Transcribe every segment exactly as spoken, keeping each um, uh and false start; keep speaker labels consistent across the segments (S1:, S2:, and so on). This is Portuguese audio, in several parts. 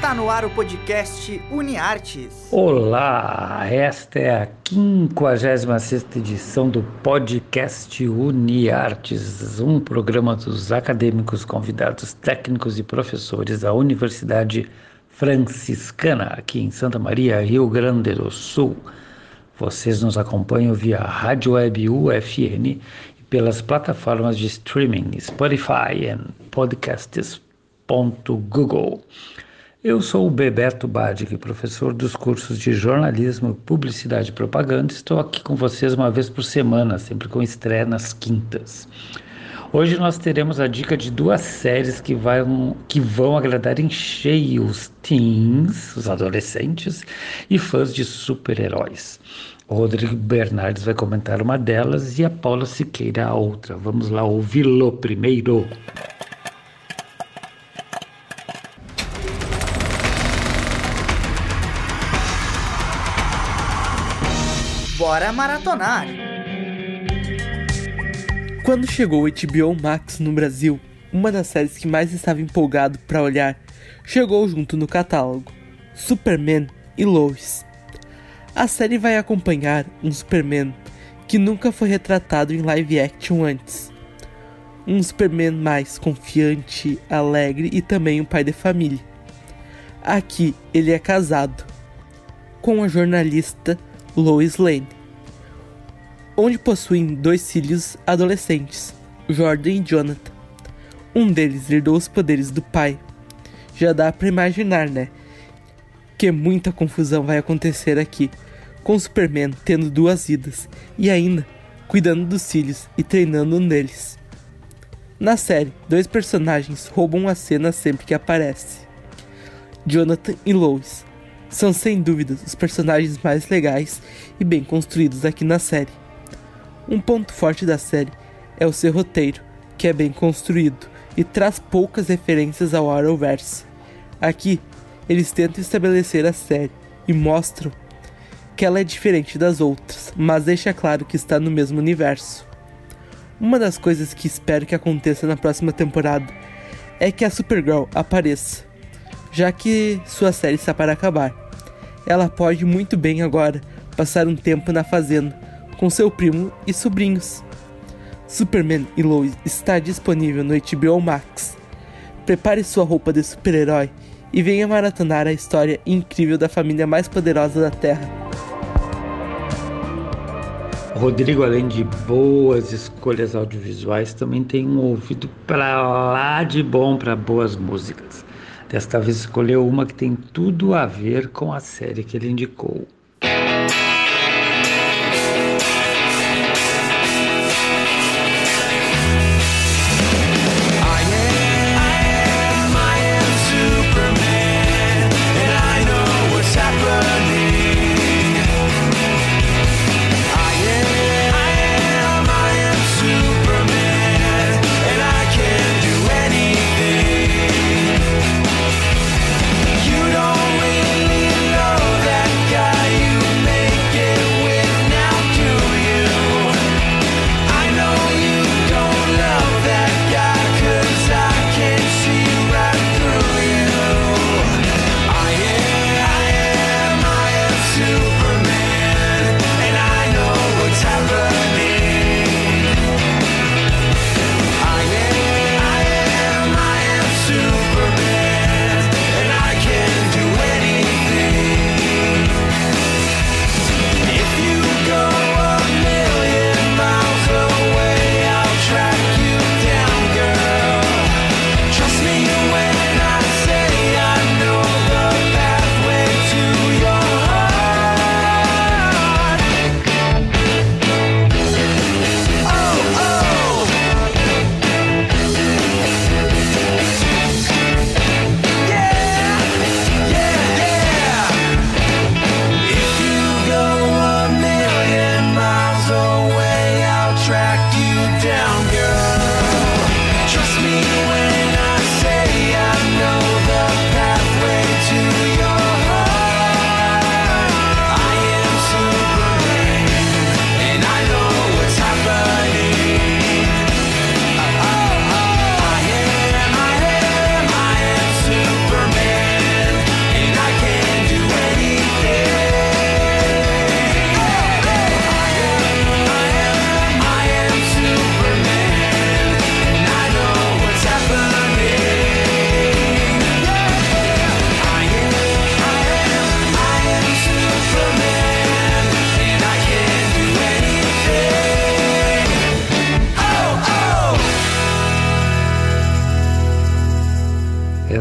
S1: Está no ar o podcast UniArtes.
S2: Olá, esta é a quinquagésima sexta edição do podcast UniArtes, um programa dos acadêmicos, convidados técnicos e professores da Universidade Franciscana, aqui em Santa Maria, Rio Grande do Sul. Vocês nos acompanham via Rádio Web U F N e pelas plataformas de streaming Spotify e podcasts ponto google. Eu sou o Bebeto Badic, professor dos cursos de jornalismo, publicidade e propaganda. Estou aqui com vocês uma vez por semana, sempre com estreia nas quintas. Hoje nós teremos a dica de duas séries que vão, que vão agradar em cheio os teens, os adolescentes e fãs de super-heróis. O Rodrigo Bernardes vai comentar uma delas e a Paula Siqueira a outra. Vamos lá ouvi-lo primeiro.
S1: Bora maratonar!
S3: Quando chegou o H B O Max no Brasil, uma das séries que mais estava empolgado para olhar chegou junto no catálogo: Superman e Lois. A série vai acompanhar um Superman que nunca foi retratado em live action antes. Um Superman mais confiante, alegre e também um pai de família. Aqui ele é casado com a jornalista Lois Lane, onde possuem dois filhos adolescentes, Jordan e Jonathan. Um deles herdou os poderes do pai. Já dá pra imaginar, né? Que muita confusão vai acontecer aqui, com o Superman tendo duas vidas e ainda cuidando dos filhos e treinando um deles. Na série, dois personagens roubam a cena sempre que aparece. Jonathan e Lois são sem dúvidas os personagens mais legais e bem construídos aqui na série. Um ponto forte da série é o seu roteiro, que é bem construído e traz poucas referências ao Arrowverse. Aqui, eles tentam estabelecer a série e mostram que ela é diferente das outras, mas deixa claro que está no mesmo universo. Uma das coisas que espero que aconteça na próxima temporada é que a Supergirl apareça, já que sua série está para acabar. Ela pode muito bem agora passar um tempo na fazenda com seu primo e sobrinhos. Superman e Lois está disponível no H B O Max. Prepare sua roupa de super-herói e venha maratonar a história incrível da família mais poderosa da Terra.
S2: Rodrigo, além de boas escolhas audiovisuais, também tem um ouvido pra lá de bom para boas músicas. Desta vez escolheu uma que tem tudo a ver com a série que ele indicou.
S4: You don't really know that guy.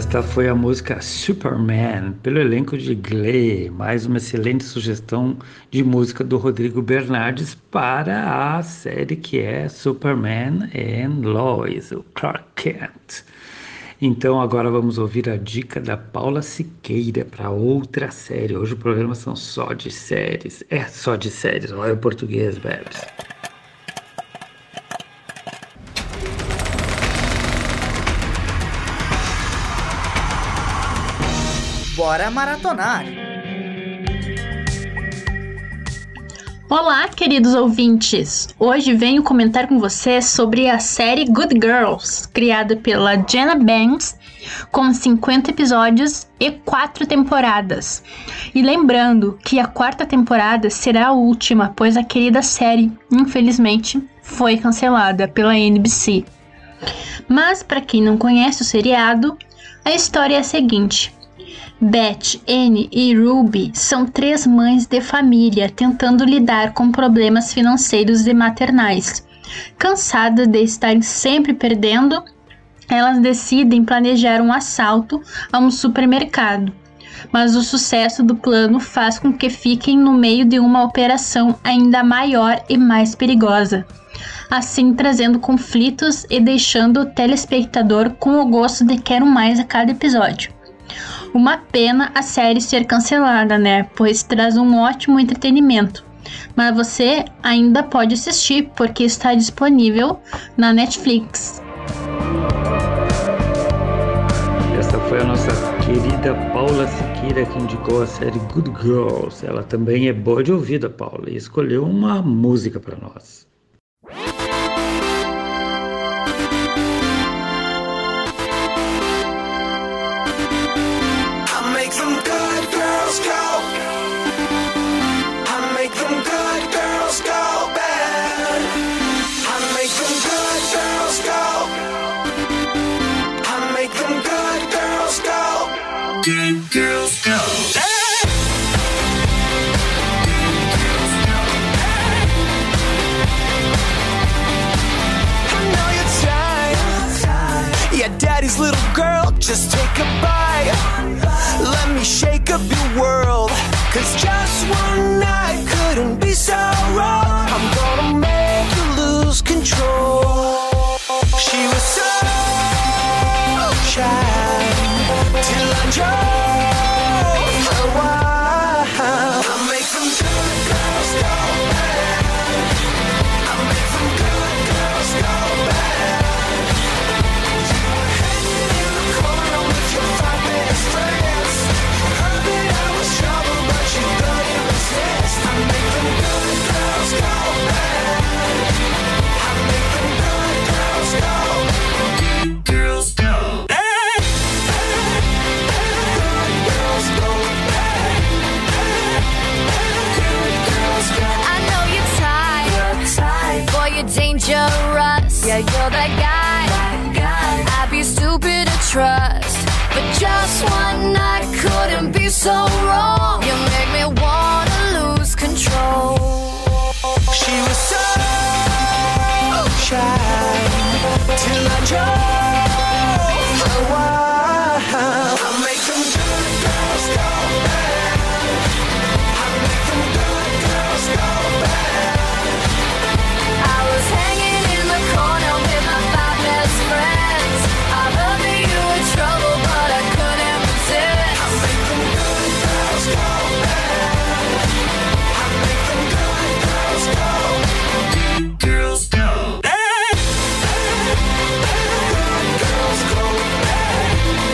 S2: Esta foi a música Superman, pelo elenco de Glee, mais uma excelente sugestão de música do Rodrigo Bernardes para a série que é Superman and Lois, o Clark Kent. Então agora vamos ouvir a dica da Paula Siqueira para outra série. Hoje o programa são só de séries, é só de séries, olha o português, bebes.
S1: Bora maratonar!
S4: Olá, queridos ouvintes! Hoje venho comentar com vocês sobre a série Good Girls, criada pela Jenna Banks, com cinquenta episódios e quatro temporadas. E lembrando que a quarta temporada será a última, pois a querida série, infelizmente, foi cancelada pela N B C. Mas, para quem não conhece o seriado, a história é a seguinte: Beth, Annie e Ruby são três mães de família tentando lidar com problemas financeiros e maternais. Cansadas de estarem sempre perdendo, elas decidem planejar um assalto a um supermercado. Mas o sucesso do plano faz com que fiquem no meio de uma operação ainda maior e mais perigosa, assim trazendo conflitos e deixando o telespectador com o gosto de quero mais a cada episódio. Uma pena a série ser cancelada, né? Pois traz um ótimo entretenimento. Mas você ainda pode assistir, porque está disponível na Netflix.
S2: Essa foi a nossa querida Paula Siqueira que indicou a série Good Girls. Ela também é boa de ouvida, Paula, e escolheu uma música para nós.
S5: Good girls go. I know you're tired. Yeah, daddy's little girl, just take a bite. Let me shake up your world, 'cause just one night couldn't be so wrong. I'm gonna make you lose control. She was so shy till I drove her wild. I'll make them good girls go bad. I'll make them good girls go bad. You were hanging in the corner with your five best friends. Heard that I was trouble, but you couldn't resist. I'll make them good girls go bad. I'll make them good girls go. Good girls go.
S6: Dangerous, yeah, you're that guy, that guy. I'd be stupid to trust, but just one night couldn't be so wrong. You make me wanna lose control.
S5: She was so shy till I drove her wild. I'll make them good girls go bad. I'll make them good girls go bad.
S6: I was hanging in the corner with my five best friends. I heard that you were trouble, but I couldn't resist.
S5: I'll make them good girls go bad. I'll make them good girls go. Good girls go. Good girls go bad.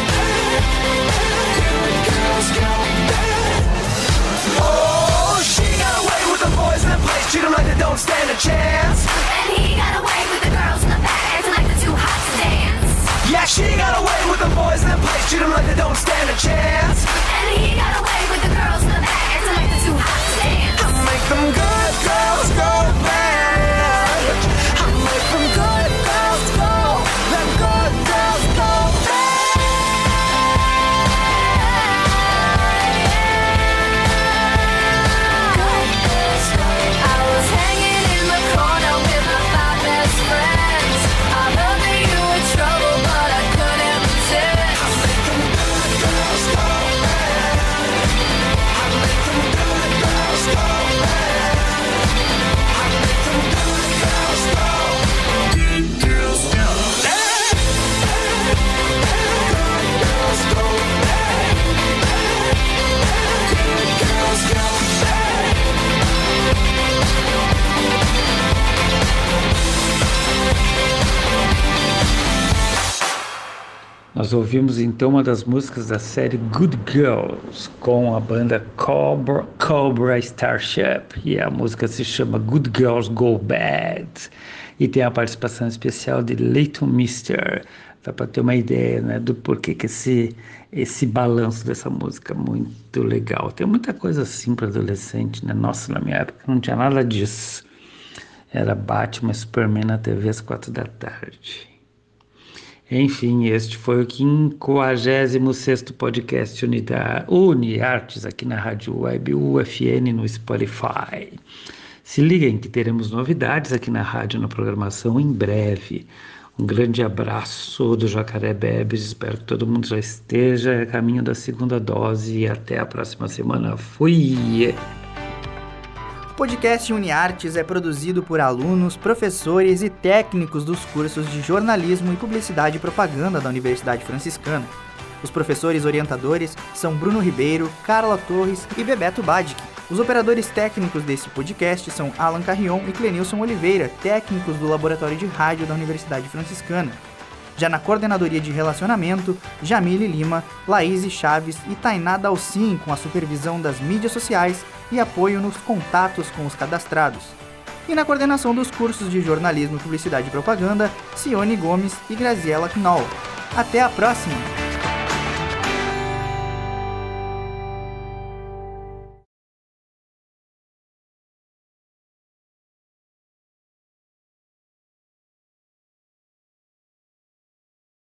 S5: Good girls go bad. Oh, she got away with the boys in the place. Treat them like they don't stand a chance.
S6: And he got away with the girls in the back, acting like they're too hot to dance.
S5: Yeah, she got away with the boys in the place. Treat them like they don't stand a chance.
S6: And he got away with the girls in the back, acting like they're too hot to dance.
S5: I make them good girls go bad. I make them good girls go. The good girls go bad.
S6: I was hanging in the corner with my five best friends. I heard that you were trouble, but I couldn't resist.
S5: I make them
S2: Nós ouvimos então uma das músicas da série Good Girls com a banda Cobra, Cobra Starship, e a música se chama Good Girls Go Bad e tem a participação especial de Leighton Mister. Dá para ter uma ideia, né, do porquê que esse, esse balanço dessa música é muito legal. Tem muita coisa assim para adolescente, né? Nossa, na minha época não tinha nada disso. Era Batman e Superman na T V às quatro da tarde. Enfim, este foi o quinquagésimo sexto podcast Unida, UniArtes aqui na Rádio Web U F N no Spotify. Se liguem que teremos novidades aqui na rádio na programação em breve. Um grande abraço do Jacaré Bebes, espero que todo mundo já esteja a caminho da segunda dose e até a próxima semana. Fui!
S1: O podcast UniArtes é produzido por alunos, professores e técnicos dos cursos de jornalismo e publicidade e propaganda da Universidade Franciscana. Os professores orientadores são Bruno Ribeiro, Carla Torres e Bebeto Badic. Os operadores técnicos desse podcast são Alan Carrion e Clenilson Oliveira, técnicos do Laboratório de Rádio da Universidade Franciscana. Já na coordenadoria de relacionamento, Jamile Lima, Laís Chaves e Tainá Dalcin, com a supervisão das mídias sociais e apoio nos contatos com os cadastrados. E na coordenação dos cursos de jornalismo, publicidade e propaganda, Cione Gomes e Graziela Knoll. Até a próxima!